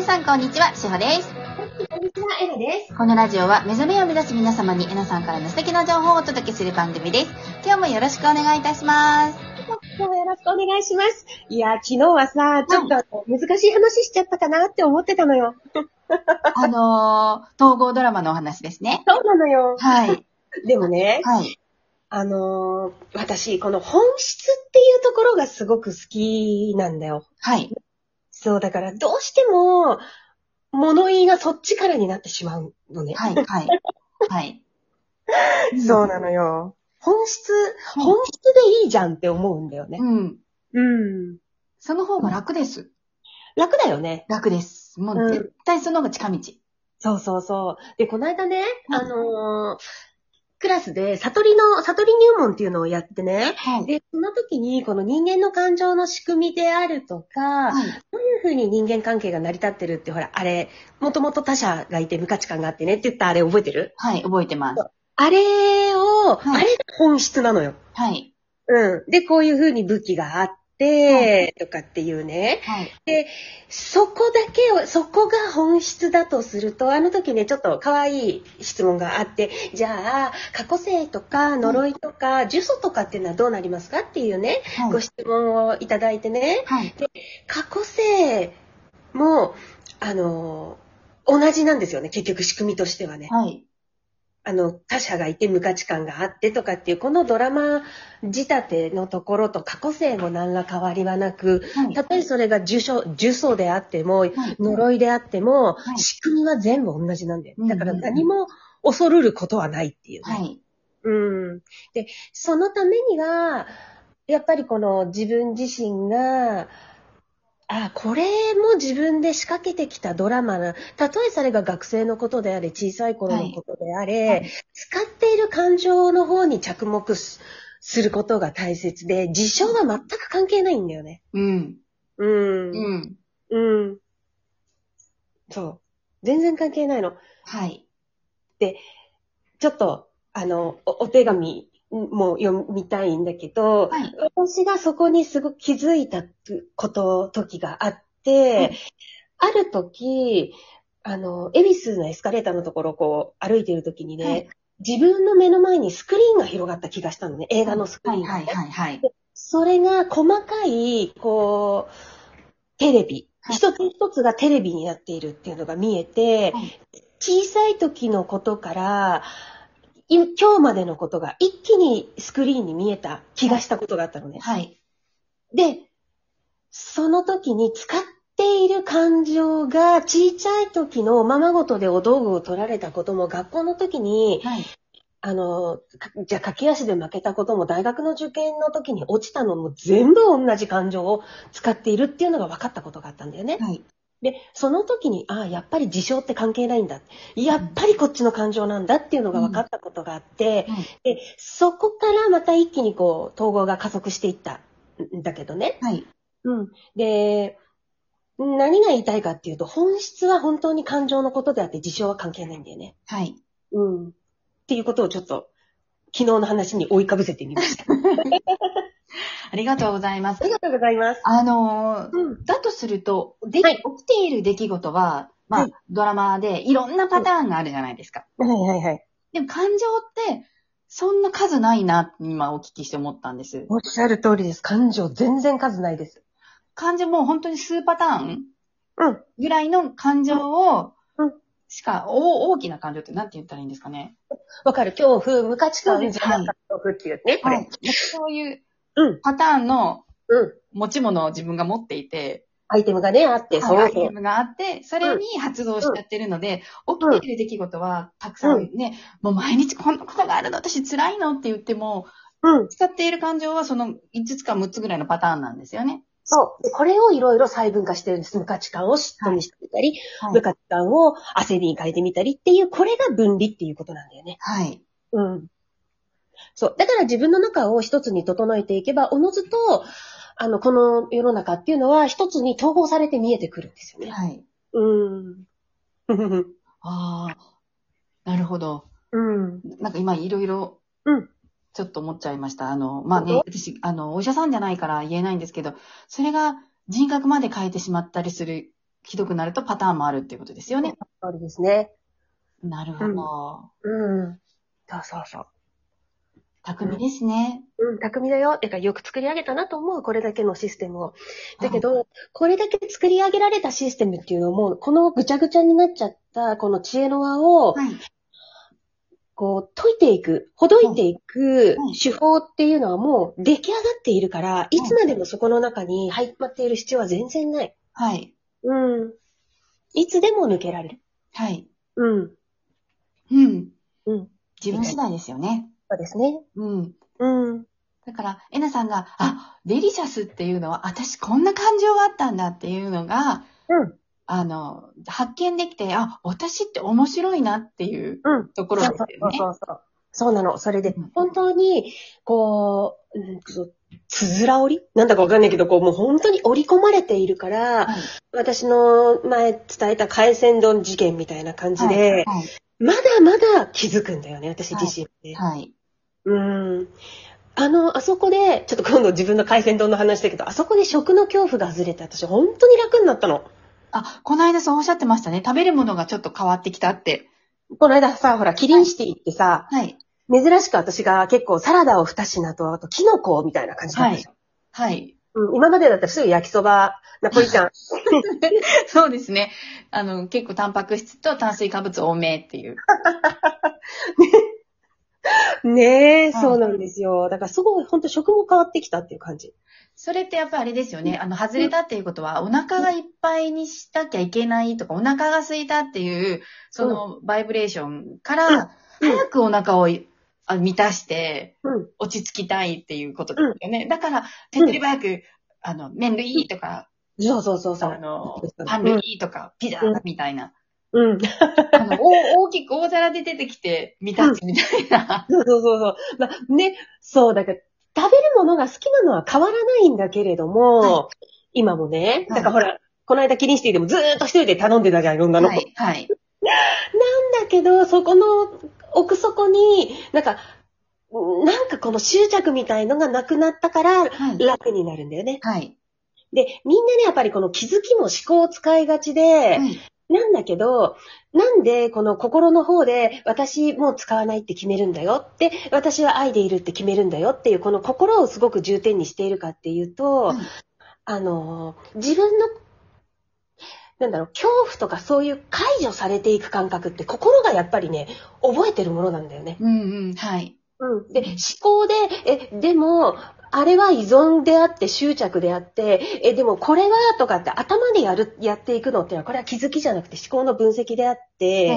皆さんこんにちは、しほです。 こんにちは、えなです。 このラジオは目覚めを目指す皆様にえなさんからの素敵な情報をお届けする番組です。今日もよろしくお願いいたします。 今日もよろしくお願いします。いや、昨日はさ、ちょっと難しい話しちゃったかなって思ってたのよ。 統合ドラマのお話ですね。 そうなのよ。 はい。 でもね、 はい。 私、この本質っていうところがすごく好きなんだよ。 はい。 そう、だからどうしても、物言いがそっちからになってしまうのね。 はい。はい。はい。 そうなのよ。本質はいでいいじゃんって思うんだよね。 うん。 うん。 その方が楽です。 楽だよね。 楽です。もう絶対その方が近道。 そうそうそう。で、この間ね、 はいクラスで悟り入門っていうのをやってね。 はい。 で、その時にこの人間の感情の仕組みであるとか、 はい。 どういうふうに人間関係が成り立ってるって、ほら、あれ、もともと他者がいて無価値観があってねって言ったあれ覚えてる？ はい。覚えてます。 あれを、 はいあれが本質なのよ。 はい。 うん。で、こういうふうに武器があって、とかっていうね。 はい。 で、そこが本質だとすると、あの時ね、ちょっと可愛い質問があって、じゃあ、過去性とか呪いとか、呪詛とかっていうのはどうなりますかっていうね、 はい。 ご質問をいただいてね。 はい。 で、過去性も、同じなんですよね、結局仕組みとしてはね。 はい。 他者がいて無価値観があってとかっていう、このドラマ仕立てのところと過去性も何ら変わりはなく、 はい。 たとえそれが呪詛であっても、 はい。 呪いであっても、 はい。 仕組みは全部同じなんだよ。だからうんうんうん何も恐るることはないっていうね。 はい。 うん。で、そのためには、やっぱりこの自分自身が、これも自分で仕掛けてきたドラマな。たとえそれが学生のことであれ、小さい頃のことであれ、 はい。 使っている感情の方に着目することが大切で、事象は全く関係ないんだよね。 うん。 うん。 うん。 うん。そう。全然関係ないの。 はい。 で、ちょっと、お手紙も読みたいんだけど、 はい。 私がそこにすごく気づいた時があって、ある時、恵比寿のエスカレーターのところをこう歩いている時にね、 はい。 自分の目の前にスクリーンが広がった気がしたのね。映画のスクはい。 リーンがね。 はい。はい。はい。 それが細かい、こう、テレビ。 はい。 一つ一つがテレビになっているっていうのが見えて、小さい時のことから、今日までのことが一気にスクリーンに見えた気がしたことがあったのね。 はい。 で、その時に使っている感情が小さい時のままごとでお道具を取られたことも学校の時に、 はい。 じゃあ駆け足で負けたことも大学の受験の時に落ちたのも全部同じ感情を使っているっていうのが分かったことがあったんだよね。 はい。 で、その時に、やっぱり事象って関係ないんだ。やっぱりこっちの感情なんだっていうのが分かったことがあって、で、そこからまた一気にこう、統合が加速していったんだけどね。 はい。 うん。で、何が言いたいかっていうと、本質は本当に感情のことであって、事象は関係ないんだよね。 はい。 うん。っていうことをちょっと、昨日の話に追いかぶせてみました。 ありがとうございます。 ありがとうございます。 だとすると、 はい。 起きている出来事は、 はい。 ドラマでいろんなパターンがあるじゃないですか。 はいはいはい。 でも感情って、そんな数ないなって今お聞きして思ったんです。 おっしゃる通りです。感情全然数ないです。 感情もう本当に数パターンうん。 ぐらいの感情を、 うん大きな感情って何て言ったらいいんですかね。 わかる。恐怖、無価値観じゃなかはい。 恐怖っていうね、これ。 はい。そういううん。 パターンのうん。 持ち物を自分が持っていて、 アイテムがね、あって、 はい、 そうそう。 アイテムがあって、それに発動しちゃってるので、 うん。 起きている出来事はたくさんね、もう毎日こんなことがあるの、私辛いのって言っても、 うん。 使っている感情はその5つか6つぐらいのパターンなんですよね。 そう。でこれをいろいろ細分化してるんです。無価値観を嫉妬にしてみたり、 はい。 無価値観を焦りに変えてみたりっていう、これが分離っていうことなんだよね。 はい。 うん。そう。だから自分の中を一つに整えていけば、おのずと、この世の中っていうのは一つに統合されて見えてくるんですよね。 はい。ああ、なるほど。 うん。 なんか今いろいろ、 うん。 ちょっと思っちゃいました。私、お医者さんじゃないから言えないんですけど、それが人格まで変えてしまったりするひどくなるとパターンもあるっていうことですよね。 そうですね。 なるほど。 うん。そうそうそう。 巧みですね。 巧みだよ。だからよく作り上げたなと思う、これだけのシステムを。だけはど、これだけ作り上げられたシステムっていうのも、このぐちゃぐちゃになっちゃった、この知恵の輪を、 い。 こう、解いていく、ほどいていくはい手法っていうのはもう出来上がっているから、いつまでもそこの中に入っている必要は全然ない。 はい。 うん。いつでも抜けられる。 はい。 うん。 うん。 うん。 自分次第ですよね。 そうですね。 うん。 うん。 だから、えなさんが、デリシャスっていうのは、私こんな感情があったんだっていうのが、 うん。 発見できて、私って面白いなっていううん。 ところですよね。 そう。そうなの。それでうん、 本当に、こう、つづら折りなんだかわかんないけど、こう、もう本当に織り込まれているから、 はい。 私の前伝えた海鮮丼事件みたいな感じで、 はい。 まだまだ気づくんだよね、私自身ね。 はい。 あそこで、ちょっと今度自分の海鮮丼の話だけど、あそこで食の恐怖が外れて、私本当に楽になったの。 この間そうおっしゃってましたね。食べるものがちょっと変わってきたって。 この間さ、ほら、キリンシティ行ってさ、 はい。 珍しく私が結構サラダを2品と、あとキノコみたいな感じだったじゃん。 はい。 今までだったらすぐ焼きそば、ナポリタン。 そうですね。結構タンパク質と炭水化物多めっていう。 ねえ、そうなんですよ。だからすごい、本当食も変わってきたっていう感じ。 それってやっぱりあれですよね。外れたっていうことは、お腹がいっぱいにしたきゃいけないとか、お腹が空いたっていう、そのバイブレーションから、早くお腹を満たして、落ち着きたいっていうことですよね。だから、手っ取り早く、麺類とか、 そう。 パン類とか、ピザみたいな。大きく大皿で出てきて、満たすみたいな。 そう。そう、だから、食べるものが好きなのは変わらないんだけれども、今もね、だからほら、この間キリンシティでもずーっと一人で頼んでたじゃん、いろんなの。 はい。 なんだけど、そこの奥底に、なんかこの執着みたいのがなくなったから楽になるんだよね。 はい。 で、みんなね、やっぱりこの気づきも思考を使いがちで、なんだけど、なんでこの心の方で私もう使わないって決めるんだよって、私は愛でいるって決めるんだよっていうこの心をすごく重点にしているかっていうと、自分の恐怖とかそういう解除されていく感覚って心がやっぱりね、覚えてるものなんだよね。 はい。 で、思考で、でも、あれは依存であって執着であって、でもこれはとかって頭でやっていくのってのは、これは気づきじゃなくて思考の分析であって、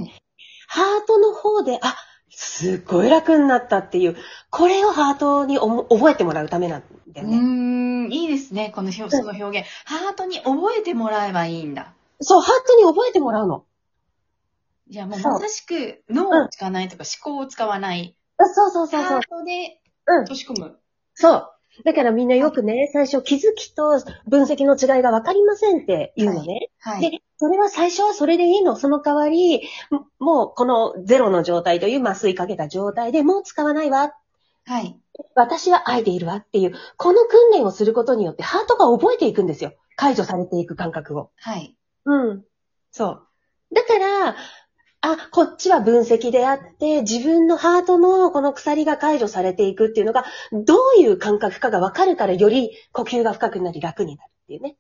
ハートの方で、すっごい楽になったっていう、これをハートに覚えてもらうためなんだよね。 いいですね、その表現。ハートに覚えてもらえばいいんだ。 そう、ハートに覚えてもらうの。 じゃあもうまさしく脳を使わないとか思考を使わない。 そう。 ハートで閉じ込む。 そう。だからみんなよくね、最初気づきと分析の違いが分かりませんって言うのね。で、それは最初はそれでいいの。その代わり、もうこのゼロの状態という麻酔かけた状態でもう使わないわ。私は愛でいるわっていう、この訓練をすることによってハートが覚えていくんですよ。解除されていく感覚を。そう。だから、こっちは分析であって、自分のハートのこの鎖が解除されていくっていうのが、どういう感覚かが分かるから、より呼吸が深くなり楽になるっていうね。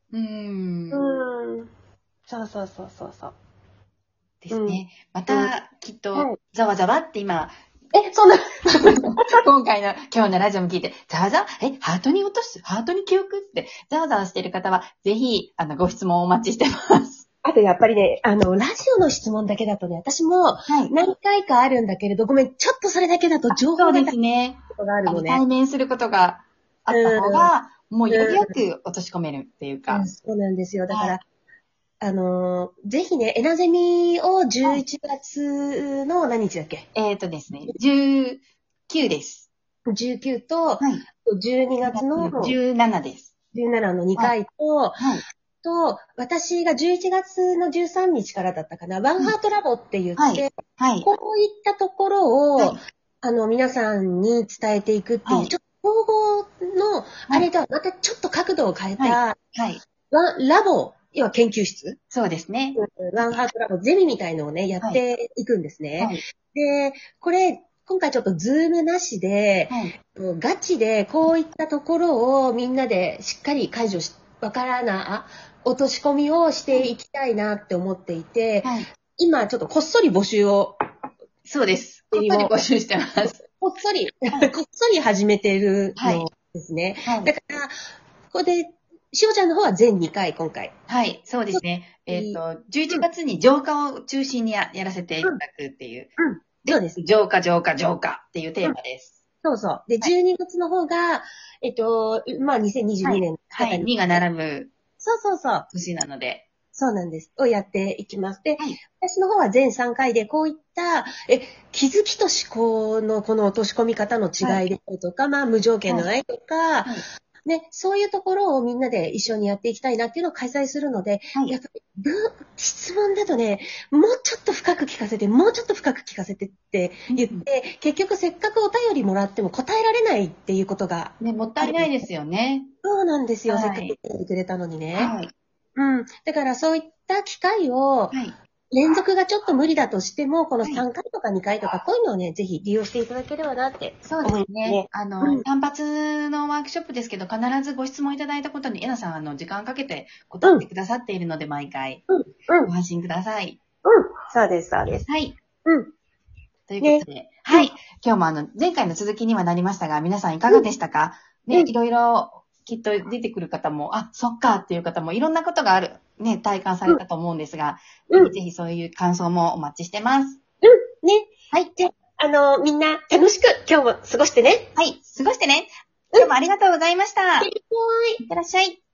そう。 ですね。また、きっと、ざわざわって今、 そんな今日のラジオも聞いて、ざわざわハートに落とすハートに記憶って、ざわざわしてる方は、ぜひ、ご質問をお待ちしてます。 あとやっぱりね、ラジオの質問だけだとね、私も何回かあるんだけれど、ごめん、ちょっとそれだけだと情報がそうですね。対面することがあった方が、もうよりよく落とし込めるっていうか。 そうなんですよ。だから、ぜひね、エナゼミを11月の何日だっけ？ ですね、19です。 19と、12月の 17です。 17の2回と、私が11月の13日からだったかな、ワンハートラボって言って、こういったところを、皆さんに伝えていくっていう、ちょっと統合の、あれとはまたちょっと角度を変えた、ラボ要は研究室、 そうですね。 ワンハートラボゼミみたいのをね、やっていくんですね。 はい。 で、これ、今回ちょっとズームなしで、 はい。 ガチでこういったところをみんなでしっかり解除し、落とし込みをしていきたいなって思っていて、 はい。 今ちょっとこっそり募集を、 そうです。こっそり募集してます。 こっそり、こっそり始めてるのですね。 はい。 だから、ここで、しおちゃんの方は全2回今回。 はい、そうですね。11月に浄化を中心にやらせていただくっていう。 そうです。 浄化、浄化、浄化っていうテーマです。 そうそう。で、12月の方が、まあ、2022年のはい、2が並ぶそう。 年なので。 そうなんです。をやっていきます。で、 はい。 私の方は全3回で、こういった、気づきと思考のこの落とし込み方の違いであるとか、まあ、無条件の愛とか、ね、そういうところをみんなで一緒にやっていきたいなっていうのを開催するので、やっぱり、質問だとね、もうちょっと深く聞かせて、もうちょっと深く聞かせてって言って、結局せっかくお便りもらっても答えられないっていうことが。 ね、もったいないですよね。 そうなんですよ。 はい、 せっかく言ってくれたのにね。 はい。 だからそういった機会を、連続がちょっと無理だとしても、この3回とか2回とか、こういうのをね、ぜひ利用していただければなってそうですね。単発のワークショップですけど、必ずご質問いただいたことに、えなさん、時間かけて答えてくださっているので、毎回、ご安心ください。 そうです、そうです。 はい。ということで、はい。今日も前回の続きにはなりましたが、皆さんいかがでしたか？ね、いろいろ、きっと出てくる方も、あ、そっかっていう方もいろんなことがある、ね、体感されたと思うんですが、ぜひそういう感想もお待ちしてます。 ね。はい。じゃあ、みんな楽しく今日も過ごしてね。 はい。過ごしてね。今日もありがとうございました。いってらっしゃい。